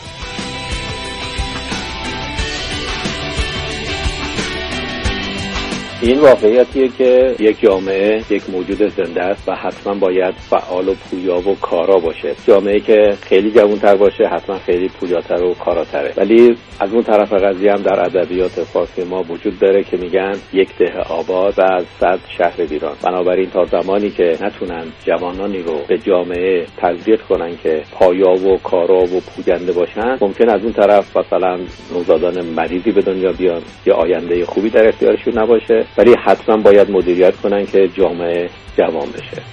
این واقعیتیه که یک جامعه یک موجود زنده است و حتما باید فعال و پویا و کارا باشه. جامعه که خیلی جوان‌تر باشه حتما خیلی پویاتر و کاراتره. ولی از اون طرف قضیه هم در ادبیات فارسی ما وجود داره که میگن یک ده آباد و از 100 شهر ویران. بنابراین تا زمانی که نتونن جوانانی رو به جامعه تزریق کنن که پایا و کارا و پوینده باشن، ممکن از اون طرف مثلا نوزادان مریضی به دنیا بیان یا آینده خوبی در اختیارشون نباشه. ولی حتما باید مدیریت کنن که جامعه جوان بشه.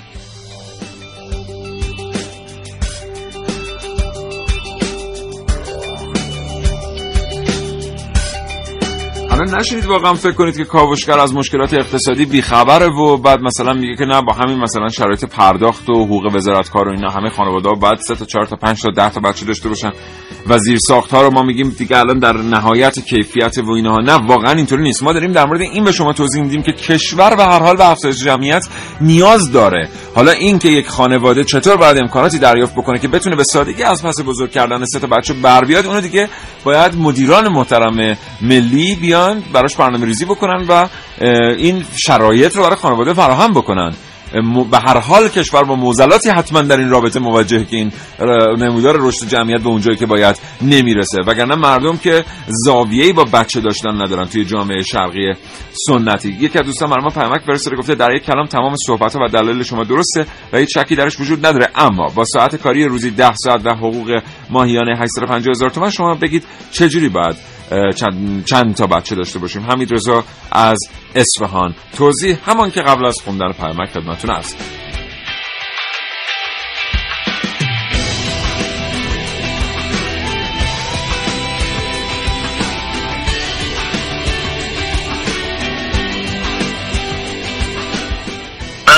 الان نشینید واقعا فکر کنید که کاوشگر از مشکلات اقتصادی بیخبره و بعد مثلا میگه که نه با همین مثلا شرایط پرداخت و حقوق وزارتکار و اینا همه خانواده‌ها باید 3 تا 4 تا 5 تا 10 تا بچه داشته باشن و زیر ساخت‌ها رو ما میگیم دیگه الان در نهایت کیفیت و اینها. نه واقعا اینطوری نیست. ما داریم در مورد این به شما توضیح میدیم که کشور به هر حال به افزایش جمعیت نیاز داره. حالا این که یک خانواده چطور باید امکاناتی دریافت بکنه که بتونه به سادگی از پس بزرگ کردن 3 تا بچه بر بیاد، اون دیگه باید مدیران محترم ملی بیان براش برنامه‌ریزی بکنن و این شرایط رو برای خانواده فراهم بکنن. به هر حال کشور با معضلاتی حتما در این رابطه مواجهه که این نمودار رشد جمعیت به اونجایی که باید نمیرسه، وگرنه مردم که زاویه‌ای با بچه داشتن ندارن توی جامعه شرقی سنتی. یکی از دوستان برام پیامک فرستاده گفته در یک کلام تمام صحبت‌ها و دلایل شما درسته و هیچ شکی درش وجود نداره، اما با ساعت کاری روزی 10 ساعت و حقوق ماهیانه 850,000 تومان شما بگید چه جوری باید چند تا بچه داشته باشیم. حمید رضا از اصفهان. توضیح همان که قبل از خوندن پیامک خدمتتون عرض کردم.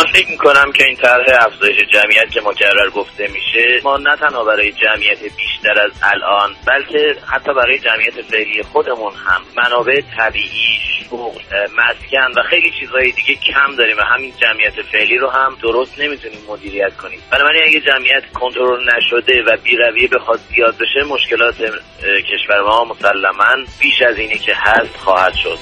فکر میکنم که این طرح افزایش جمعیت که مکرر گفته میشه ما نه تنها برای جمعیت بیشتر از الان بلکه حتی برای جمعیت فعلی خودمون هم منابع طبیعی، شغل، مسکن و خیلی چیزهای دیگه کم داریم و همین جمعیت فعلی رو هم درست نمیتونیم مدیریت کنیم. بنابراین اگه جمعیت کنترل نشده و بی‌رویه بخواد زیاد بشه مشکلات کشور ما مسلماً بیش از اینی که هست خواهد شد.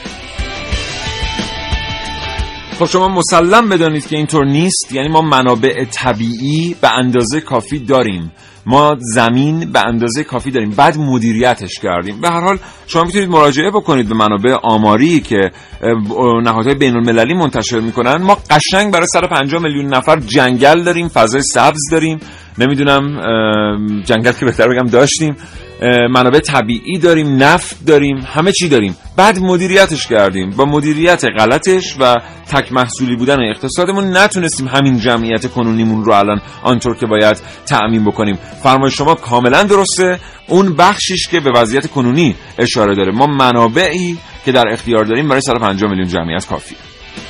خب شما مسلم بدانید که اینطور نیست. یعنی ما منابع طبیعی به اندازه کافی داریم، ما زمین به اندازه کافی داریم، بعد مدیریتش کردیم. به هر حال شما میتونید مراجعه بکنید به منابع آماری که نهادهای بین‌المللی منتشر میکنن. ما قشنگ برای 150 میلیون نفر جنگل داریم، فضای سبز داریم، نمیدونم جنگل که بهتر بگم داشتیم، منابع طبیعی داریم، نفت داریم، همه چی داریم، بعد مدیریتش کردیم. با مدیریت غلطش و تک محصولی بودن اقتصادمون نتونستیم همین جمعیت کنونیمون رو الان آنطور که باید تأمین بکنیم. فرمای شما کاملا درسته، اون بخشیش که به وضعیت کنونی اشاره داره. ما منابعی که در اختیار داریم برای 150 میلیون جمعیت کافیه.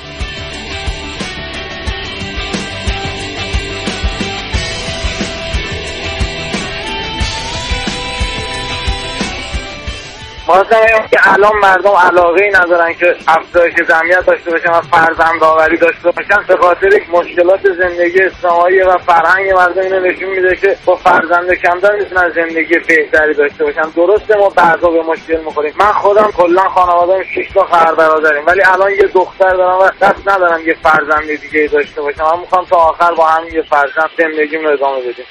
مثلا که الان مردم علاقه‌ای ندارن که افزایش جمعیت داشته باشن و فرزندآوری داشته باشن به خاطر مشکلات زندگی اجتماعی و فرهنگ مردم اینو نشون میده که با فرزند کمتر میتونن زندگی بهتری داشته باشن. درسته ما بعضا به مشکل میخوریم. من خودم کلا خانواده‌ام 6 تا خواهر برادریم، ولی الان یه دختر دارم و دست ندارم یه فرزند دیگه داشته باشم. من میخوام تا آخر با همین یه فرزند زندگیم رو ادامه بدیم.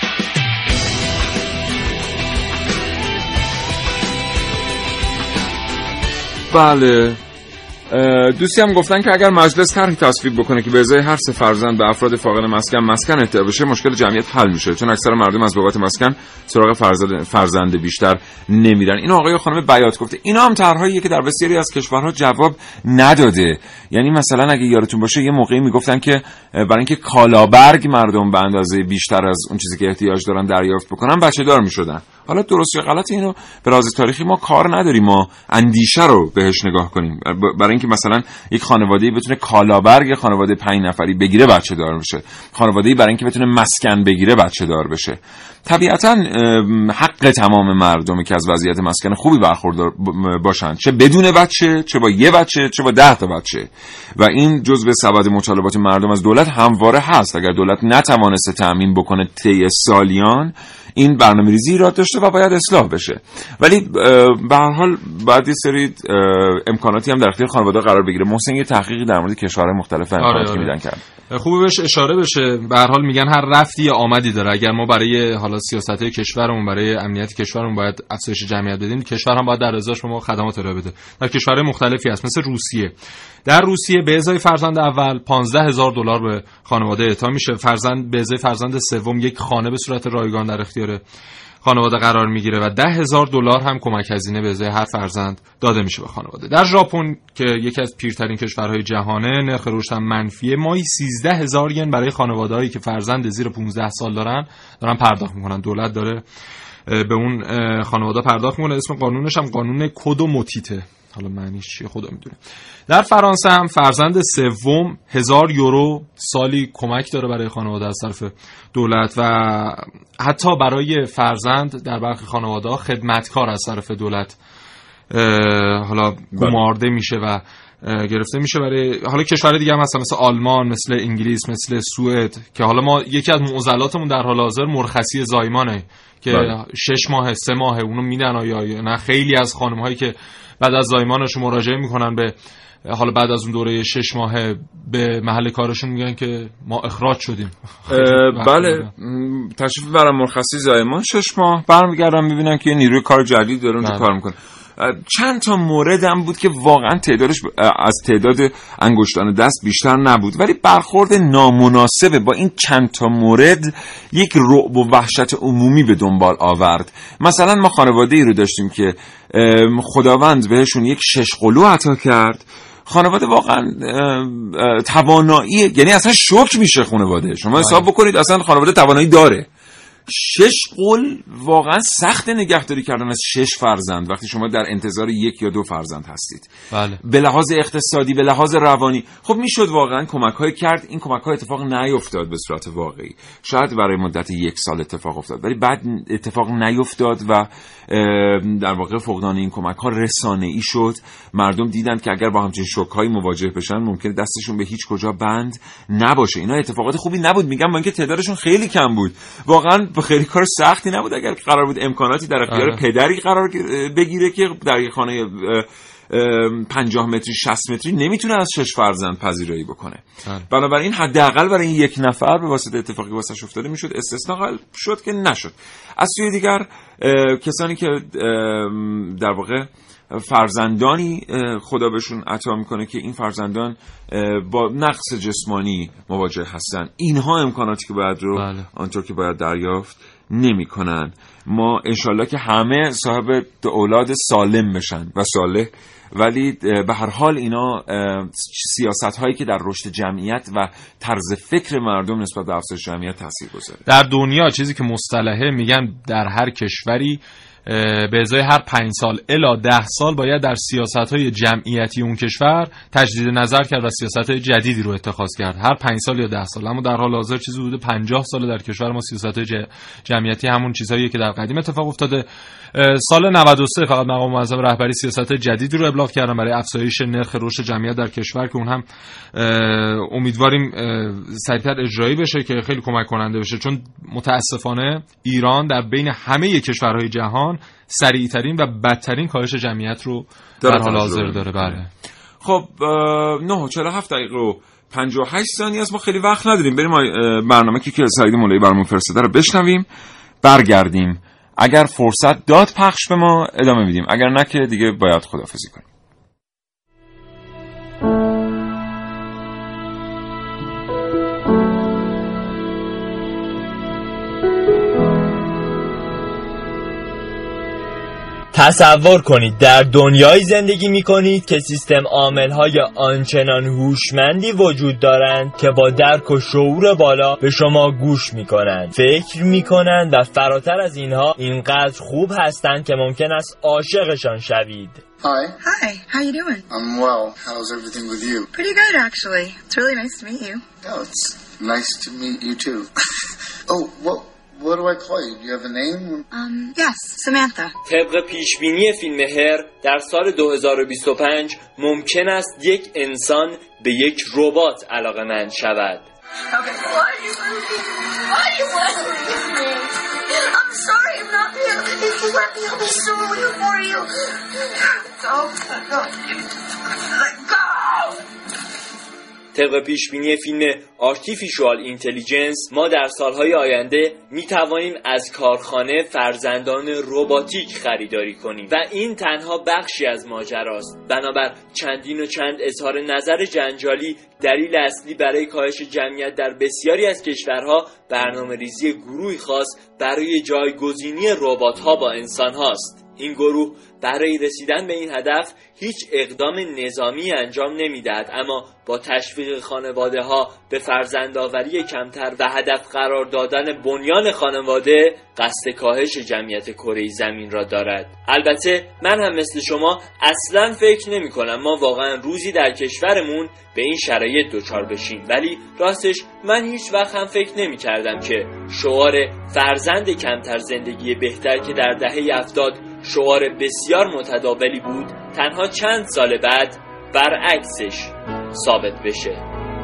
بله، دوستی هم گفتن که اگر مجلس طرحی تصویب بکنه که به ازای هر 3 فرزند به افراد فاقد مسکن اهدا بشه، مشکل جمعیت حل میشه، چون اکثر مردم از بابت مسکن سراغ فرزند بیشتر نمیرن. اینو آقای خانم بیات گفته. اینا هم طرحاییه که در بسیاری از کشورها جواب نداده. یعنی مثلا اگه یادتون باشه یه موقعی میگفتن که برای اینکه کالابرگ مردم به اندازه بیشتر از اون چیزی که احتیاج دارن دریافت بکنن بچه‌دار میشدن. حالا درست یا غلط اینو به راز تاریخی ما کار نداریم، ما اندیشه رو بهش نگاه کنیم. برای اینکه مثلا یک خانواده‌ای بتونه کالابرگ خانواده 5 نفری بگیره بچه دار بشه، خانواده‌ای برای اینکه بتونه مسکن بگیره بچه دار بشه. طبیعتاً حق تمام مردمه که از وضعیت مسکن خوبی برخوردار باشن، چه بدون بچه، چه با یه بچه، چه با 10 تا بچه. و این جزء سبد مطالبات مردم از دولت همواره هست. اگر دولت نتوانسته تأمین بکنه طی سالیان، این برنامه‌ریزی ایراد داشته و باید اصلاح بشه. ولی به هر حال باید یه سری امکاناتی هم در اختیار خانواده قرار بگیره. محسن یه تحقیقی در مورد کشورهای مختلف امکاناتی که میدن کرد. خوبه بهش اشاره بشه. به هر حال میگن هر رفتی یا آمدی داره. اگر ما برای حالا سیاست‌های کشورمون، برای امنیت کشورمون باید افزایش جمعیت بدیم، کشور هم باید در ازاش به ما خدمات ارائه بده. در کشورهای مختلفی هست، مثل روسیه. در روسیه به ازای فرزند اول $15,000 به خانواده اعطا میشه. به ازای فرزند سوم یک خانه به صورت رایگان در اختیار خانواده قرار میگیره و $10,000 هم کمک هزینه به ازای هر فرزند داده میشه به خانواده. در ژاپن که یکی از پیرترین کشورهای جهانه، نرخ رشد هم منفیه. ماهی 13,000 ین برای خانواده‌هایی که فرزند زیر 15 سال دارن پرداخت میکنن. دولت داره به اون خانواده پرداخت میکنه. اسم قانونش هم قانون کدو موتیته. حالا معنیش چیه خدا میدونه. در فرانسه هم فرزند سوم €1,000 سالی کمک داره برای خانواده از طرف دولت و حتی برای فرزند در برخی خانواده‌ها خدمتکار از طرف دولت حالا گمارده میشه و گرفته میشه. برای حالا کشور دیگه هم هستن مثل آلمان، مثل انگلیس، مثل سوئد که حالا ما یکی از معضلاتمون در حال حاضر مرخصی زایمانه که 6 ماه 3 ماه اونو میدن یا نه. خیلی از خانم‌هایی که بعد از زایمانشون مراجعه میکنن به حالا بعد از اون دوره 6 ماهه به محل کارشون میگن که ما اخراج شدیم. بله، تشریف برای مرخصی زایمان 6 ماه برمیگردن میبینن که یه نیروی کار جدید داره اونجا کار میکنه. چند تا مورد هم بود که واقعا تعدادش از تعداد انگشتان دست بیشتر نبود، ولی برخورد نامناسب با این چند تا مورد یک رعب و وحشت عمومی به دنبال آورد. مثلا ما خانواده‌ای رو داشتیم که خداوند بهشون یک 6 قلو عطا کرد. خانواده واقعا توانایی، یعنی اصلا شوک میشه خانواده. شما حساب بکنید اصلا خانواده توانایی داره 6 قل واقعا سخت نگهداری کردن از 6 فرزند وقتی شما در انتظار 1 یا 2 فرزند هستید. بله. به لحاظ اقتصادی، به لحاظ روانی، خب میشد واقعا کمک‌های کرد. این کمک‌ها اتفاق نیفتاد به صورت واقعی. شاید برای مدت 1 سال اتفاق افتاد، ولی بعد اتفاق نیفتاد و در واقع فقدان این کمک‌ها رسانه‌ای شد. مردم دیدند که اگر با همچین شوک‌هایی مواجه بشن ممکنه دستشون به هیچ کجا بند نباشه. اینا اتفاقات خوبی نبود، میگم با اینکه تعدادشون خیلی کم بود. واقعا خیلی کار سختی نبود اگر قرار بود امکاناتی در اختیار پدری قرار بگیره که در یک خانه 50 متری 60 متری نمیتونه از 6 فرزند پذیرایی بکنه. بنابراین حداقل برای این 1 نفر به واسطه اتفاقی واسش افتاده میشد استثناء شد که نشد. از سوی دیگر کسانی که در واقع فرزندانی خدا بهشون عطا میکنه که این فرزندان با نقص جسمانی مواجه هستن، اینها امکاناتی که باید رو آنطور که باید دریافت نمیکنن. ما انشالله که همه صاحب اولاد سالم بشن و صالح، ولی به هر حال اینا سیاست هایی که در رشد جمعیت و طرز فکر مردم نسبت به افزایش جمعیت تاثیر گذاره. در دنیا چیزی که مصطلحه میگن در هر کشوری به ازای هر 5 سال الی 10 سال باید در سیاست‌های جمعیتی اون کشور تجدید نظر کرد و سیاست‌های جدیدی رو اتخاذ کرد، هر 5 سال یا 10 سال. اما در حال حاضر چیزی حدود 50 سال در کشور ما سیاست‌های جمعیتی همون چیزهایی که در قدیم اتفاق افتاده. سال 93 فقط مقام معظم رهبری سیاست جدیدی رو ابلاغ کردن برای افزایش نرخ رشد جمعیت در کشور که اون هم امیدواریم سریعتر اجرایی بشه که خیلی کمک کننده بشه، چون متاسفانه ایران در بین همه کشورهای جهان سریعترین و بدترین کاهش جمعیت رو در حال حاضر داره. بله. خب 9:47 و 58 ثانیه است. ما خیلی وقت نداریم، بریم برنامه که سعید مولایی برامون فرستاده رو بشنویم، برگردیم. اگر فرصت داد پخش به ما ادامه میدیم، اگر نه که دیگه باید خداحافظی کنیم. تصور کنید در دنیایی زندگی می کنید که سیستم عامل‌های آنچنان هوشمندی وجود دارند که با درک و شعور بالا به شما گوش می کنند، فکر می کنند و فراتر از اینها اینقدر خوب هستند که ممکن است عاشقشان شوید. Hi, how you doing? I'm well. How's everything with you? Pretty good, actually. It's really nice to meet you. Oh, it's nice to meet you too. What do I call you? Do you have a name? Yes, Samantha. طبق پیشبینی فیلم هر در سال 2025 ممکن است یک انسان به یک ربات علاقه‌مند شود. I'm sorry, I'm not you. If you let me, I'll be so real for you. Go! طبق پیشبینی فیلم آرتیفیشوال اینتلیجنس ما در سالهای آینده می توانیم از کارخانه فرزندان رباتیک خریداری کنیم و این تنها بخشی از ماجراست. بنابر چندین و چند اظهار نظر جنجالی، دلیل اصلی برای کاهش جمعیت در بسیاری از کشورها برنامه‌ریزی گروهی خاص برای جایگزینی ربات‌ها با انسان هاست. این گروه برای رسیدن به این هدف هیچ اقدام نظامی انجام نمیدهد، اما با تشویق خانواده‌ها به فرزندآوری کمتر و هدف قرار دادن بنیان خانواده قصد کاهش جمعیت کره زمین را دارد. البته من هم مثل شما اصلاً فکر نمی‌کنم ما واقعاً روزی در کشورمون به این شرایط دچار بشیم، ولی راستش من هیچ وقت هم فکر نمی‌کردم که شعار فرزند کمتر زندگی بهتر که در دهه 70 شعار بسیار متداولی بود تنها چند سال بعد برعکسش ثابت بشه.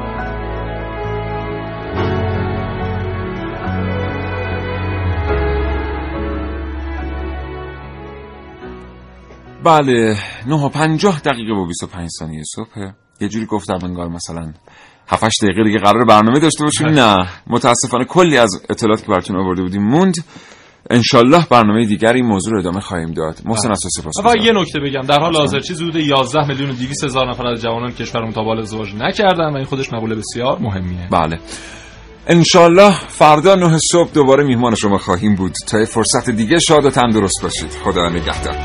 بله 9:50 و 25 ثانیه صبح. یه جوری گفتم انگار مثلا 7-8 دقیقه دیگه قرار برنامه داشته باشیم. نه، متاسفانه کلی از اطلاعاتی که براتون آورده بودیم موند. انشالله برنامه دیگری موضوع رو ادامه خواهیم داد. محسن از سپاسگزارم. یه نکته بگم، در حال حاضر چیز حدود 11,200,000 نفر از جوانان کشورمون تا بال ازدواج نکردن و این خودش مقوله بسیار مهمیه. بله انشالله فردا 9 صبح دوباره میهمان شما خواهیم بود. تا فرصت دیگه شاد و تندرست باشید. خدا نگهدار.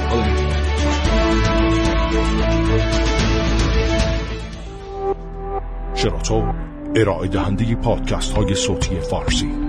شراطو ارائه دهنده پادکست های صوتی فارسی